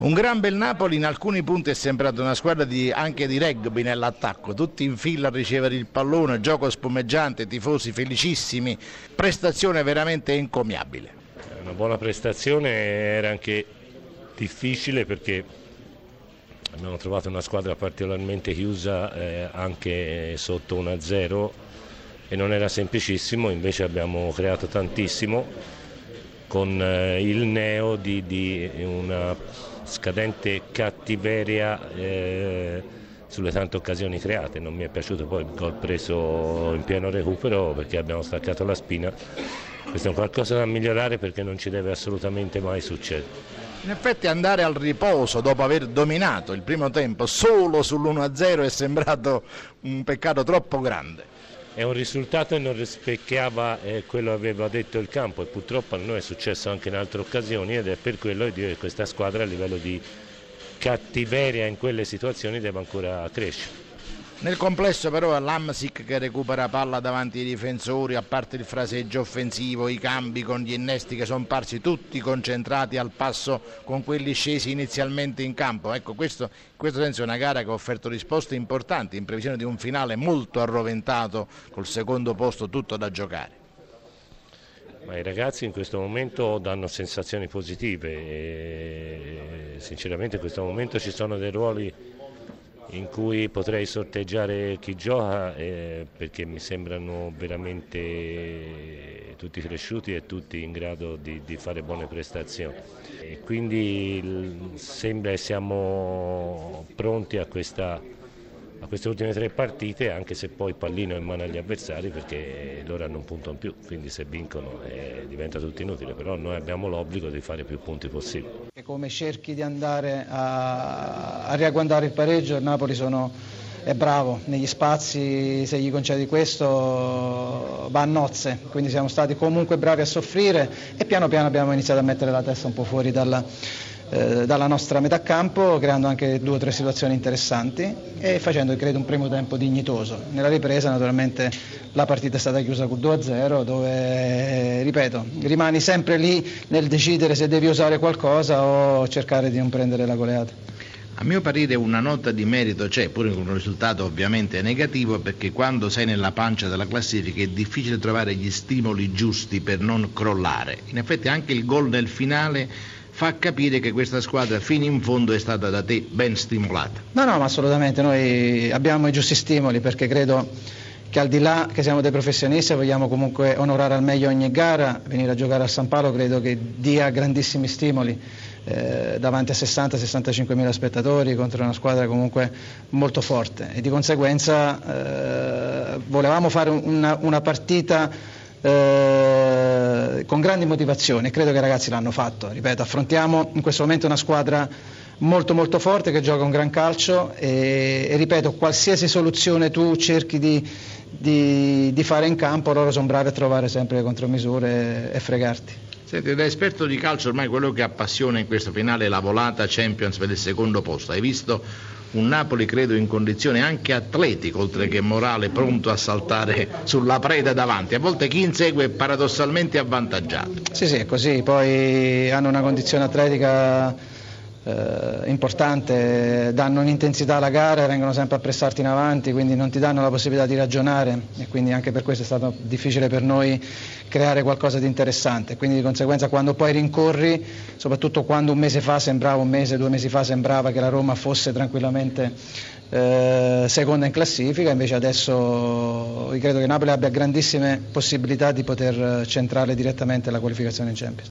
Un gran bel Napoli, in alcuni punti è sembrato una squadra anche di rugby nell'attacco, tutti in fila a ricevere il pallone, gioco spumeggiante, tifosi felicissimi, prestazione veramente encomiabile. Una buona prestazione, era anche difficile perché abbiamo trovato una squadra particolarmente chiusa anche sotto 1-0 e non era semplicissimo, invece abbiamo creato tantissimo con il neo di una scadente cattiveria sulle tante occasioni create. Non mi è piaciuto poi il gol preso in pieno recupero perché abbiamo staccato la spina. Questo è un qualcosa da migliorare perché non ci deve assolutamente mai succedere. In effetti andare al riposo dopo aver dominato il primo tempo solo sull'1-0 è sembrato un peccato troppo grande. È un risultato che non rispecchiava quello che aveva detto il campo e purtroppo a noi è successo anche in altre occasioni ed è per quello che dico che questa squadra a livello di cattiveria in quelle situazioni deve ancora crescere. Nel complesso però è l'Hamsik che recupera palla davanti ai difensori, a parte il fraseggio offensivo, i cambi con gli innesti che sono parsi tutti concentrati al passo con quelli scesi inizialmente in campo. Ecco, in questo senso è una gara che ha offerto risposte importanti in previsione di un finale molto arroventato col secondo posto tutto da giocare. Ma i ragazzi in questo momento danno sensazioni positive e sinceramente in questo momento ci sono dei ruoli in cui potrei sorteggiare chi gioca perché mi sembrano veramente tutti cresciuti e tutti in grado di fare buone prestazioni. E quindi sembra che siamo pronti a queste ultime 3 partite, anche se poi il pallino è in mano agli avversari perché loro hanno un punto in più, quindi se vincono diventa tutto inutile, però noi abbiamo l'obbligo di fare più punti possibili. Come cerchi di andare a riagguantare il pareggio, il Napoli è bravo negli spazi, se gli concedi questo va a nozze, quindi siamo stati comunque bravi a soffrire e piano piano abbiamo iniziato a mettere la testa un po' fuori dalla nostra metà campo, creando anche 2 o 3 situazioni interessanti e facendo credo un primo tempo dignitoso. Nella ripresa naturalmente la partita è stata chiusa col 2-0 dove, ripeto, rimani sempre lì nel decidere se devi usare qualcosa o cercare di non prendere la goleata. A mio parere una nota di merito c'è, pure con un risultato ovviamente negativo, perché quando sei nella pancia della classifica è difficile trovare gli stimoli giusti per non crollare. In effetti anche il gol nel finale fa capire che questa squadra fino in fondo è stata da te ben stimolata. No, ma assolutamente, noi abbiamo i giusti stimoli perché credo che al di là che siamo dei professionisti vogliamo comunque onorare al meglio ogni gara, venire a giocare a San Paolo credo che dia grandissimi stimoli davanti a 60-65 mila spettatori contro una squadra comunque molto forte e di conseguenza volevamo fare una partita con grandi motivazioni e credo che i ragazzi l'hanno fatto. Ripeto, affrontiamo in questo momento una squadra molto molto forte che gioca un gran calcio e ripeto, qualsiasi soluzione tu cerchi di fare in campo, loro sono bravi a trovare sempre le contromisure e fregarti. Senti, da esperto di calcio ormai quello che appassiona in questo finale è la volata Champions per il secondo posto. Hai visto un Napoli credo in condizione anche atletica oltre che morale, pronto a saltare sulla preda davanti. A volte chi insegue è paradossalmente avvantaggiato. Sì, è così, poi hanno una condizione atletica importante, danno un'intensità alla gara, vengono sempre a pressarti in avanti, quindi non ti danno la possibilità di ragionare e quindi anche per questo è stato difficile per noi creare qualcosa di interessante, quindi di conseguenza quando poi rincorri, soprattutto quando 2 mesi fa sembrava che la Roma fosse tranquillamente seconda in classifica, invece adesso credo che Napoli abbia grandissime possibilità di poter centrare direttamente la qualificazione in Champions.